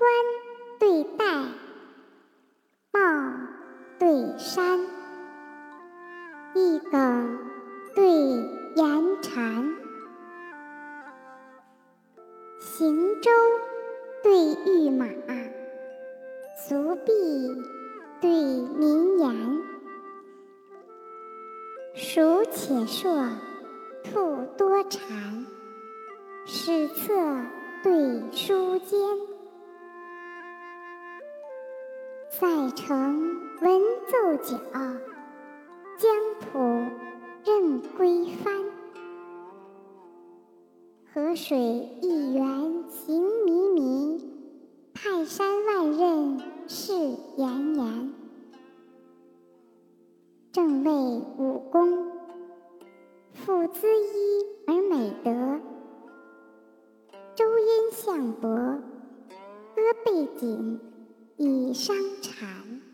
端对带，貌对山，一梗对言禅，行舟对御马，足壁对民言。鼠且硕，兔多产，史册对书笺。赛成文奏角，江浦任归帆。河水一源行靡靡，泰山万仞势炎炎。正谓武功，复姿衣而美德。周殷项伯，阿背锦以伤蝉。